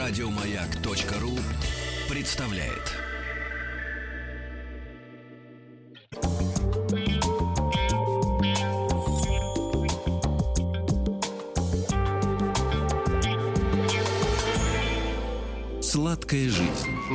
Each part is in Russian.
Радиомаяк.ру представляет. Сладкая жизнь.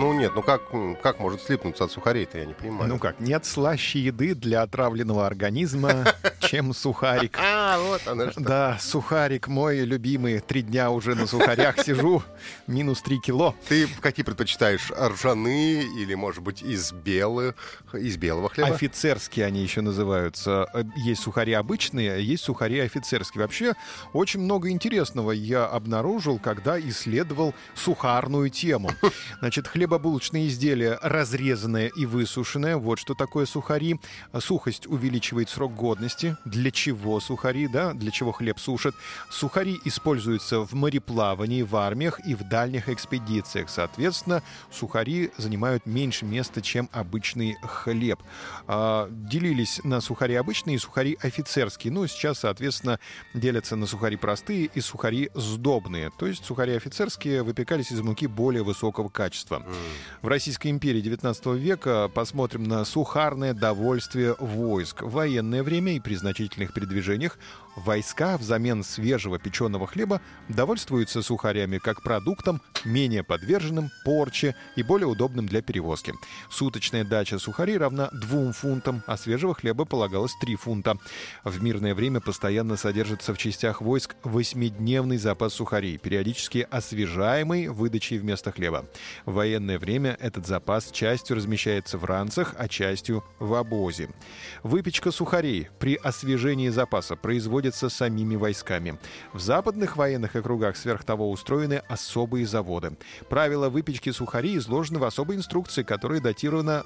Как может слипнуться от сухарей-то, я не понимаю. Нет слаще еды для отравленного организма, чем сухарик. Вот оно что. Да, сухарик мой любимый. 3 дня уже на сухарях сижу. Минус 3 кило. Ты какие предпочитаешь? Ржаные или, может быть, из белого хлеба? Офицерские они еще называются. Есть сухари обычные, а есть сухари офицерские. Вообще, очень много интересного я обнаружил, когда исследовал сухарную тему. Значит, хлебобулочные изделия разрезанные и высушенные. Вот что такое сухари. Сухость увеличивает срок годности. Для чего сухари, да? Для чего хлеб сушат? Сухари используются в мореплавании, в армиях и в дальних экспедициях. Соответственно, сухари занимают меньше места, чем обычный хлеб. Делились на сухари обычные и сухари офицерские. Сейчас, соответственно, делятся на сухари простые и сухари сдобные. То есть сухари офицерские выпекались из муки более высокого качества. В Российской империи 19 века посмотрим на сухарное довольствие войск. В военное время и при значительных передвижениях войска взамен свежего печеного хлеба довольствуются сухарями как продуктом, менее подверженным порче и более удобным для перевозки. Суточная дача сухарей равна 2 фунтам, а свежего хлеба полагалось 3 фунта. В мирное время постоянно содержится в частях войск 8-дневный запас сухарей, периодически освежаемый выдачей вместо хлеба. В военное время этот запас частью размещается в ранцах, а частью в обозе. Выпечка сухарей при освежении запаса производится самими войсками. В западных военных округах сверх того устроены особые заводы. Правила выпечки сухарей изложены в особой инструкции, которая датирована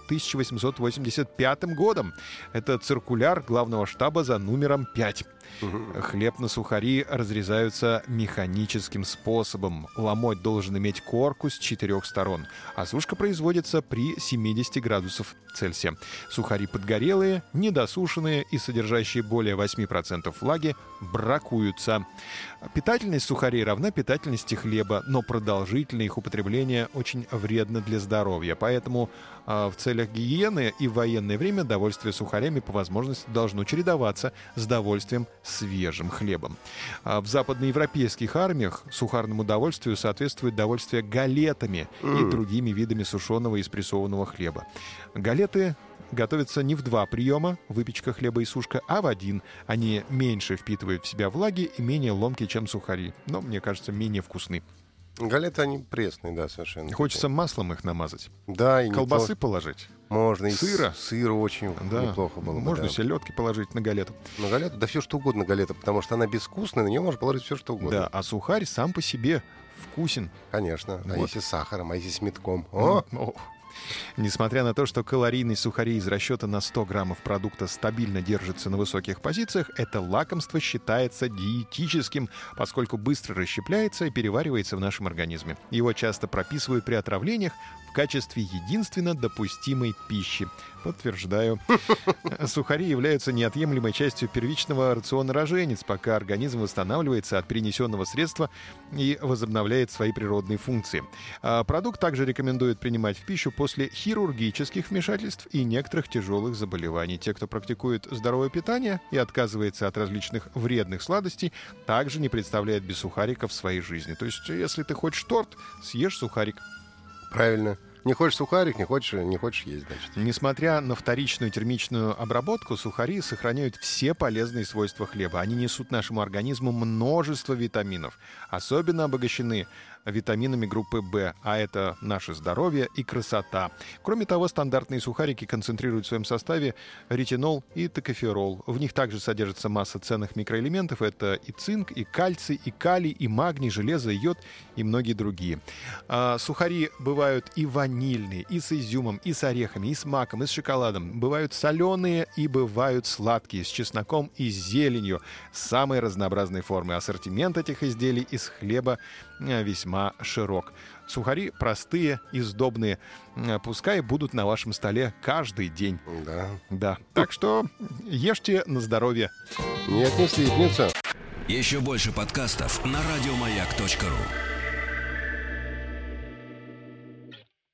1885 годом. Это циркуляр главного штаба за номером 5. Хлеб на сухари разрезаются механическим способом. Ломоть должен иметь корку с 4 сторон. А сушка производится при 70 градусов Цельсия. Сухари подгорелые, недосушенные и содержащие более 8% влаги бракуются. Питательность сухарей равна питательности хлеба, но продолжительное их употребление очень вредно для здоровья. Поэтому в целях гигиены и в военное время довольствие сухарями по возможности должно чередоваться с довольствием свежим хлебом. В западноевропейских армиях сухарному довольствию соответствует довольствие галетами и другими видами сушеного и спрессованного хлеба. Галеты готовятся не в 2 приема, выпечка хлеба и сушка, а в 1. Они меньше впитывают в себя влаги и менее ломкие, чем сухари, но, мне кажется, менее вкусны. Галеты, они пресные, да, совершенно. Хочется маслом их намазать. Да, и колбасы положить. Можно. Сыра. Сыра очень неплохо было бы. Можно селедки положить на галету. На галету? Да все что угодно галета, потому что она безвкусная, на нее можно положить все что угодно. Да, а сухарь сам по себе вкусен. Конечно. Вот. А если с сахаром, а если с метком? Несмотря на то, что калорийность сухарей из расчета на 100 граммов продукта стабильно держится на высоких позициях, это лакомство считается диетическим, поскольку быстро расщепляется и переваривается в нашем организме. Его часто прописывают при отравлениях в качестве единственно допустимой пищи. Подтверждаю. Сухари являются неотъемлемой частью первичного рациона роженец, пока организм восстанавливается от перенесенного средства и возобновляет свои природные функции. Продукт также рекомендуют принимать в пищу после хирургических вмешательств и некоторых тяжелых заболеваний. Те, кто практикует здоровое питание и отказывается от различных вредных сладостей, также не представляет без сухариков в своей жизни. То есть, если ты хочешь торт, съешь сухарик. Правильно. Не хочешь сухарик, не хочешь есть, значит. Несмотря на вторичную термичную обработку, сухари сохраняют все полезные свойства хлеба. Они несут нашему организму множество витаминов. Особенно обогащены витаминами группы В, а это наше здоровье и красота. Кроме того, стандартные сухарики концентрируют в своем составе ретинол и токоферол. В них также содержится масса ценных микроэлементов. Это и цинк, и кальций, и калий, и магний, железо, йод и многие другие. Сухари бывают и ванильные, и с изюмом, и с орехами, и с маком, и с шоколадом. Бывают соленые и бывают сладкие, с чесноком и с зеленью. Самые разнообразные формы. Ассортимент этих изделий из хлеба весьма широк. Сухари простые и сдобные. Пускай будут на вашем столе каждый день. Да. Так что ешьте на здоровье. Нет, не слипнется. Еще больше подкастов на радиомаяк.ру.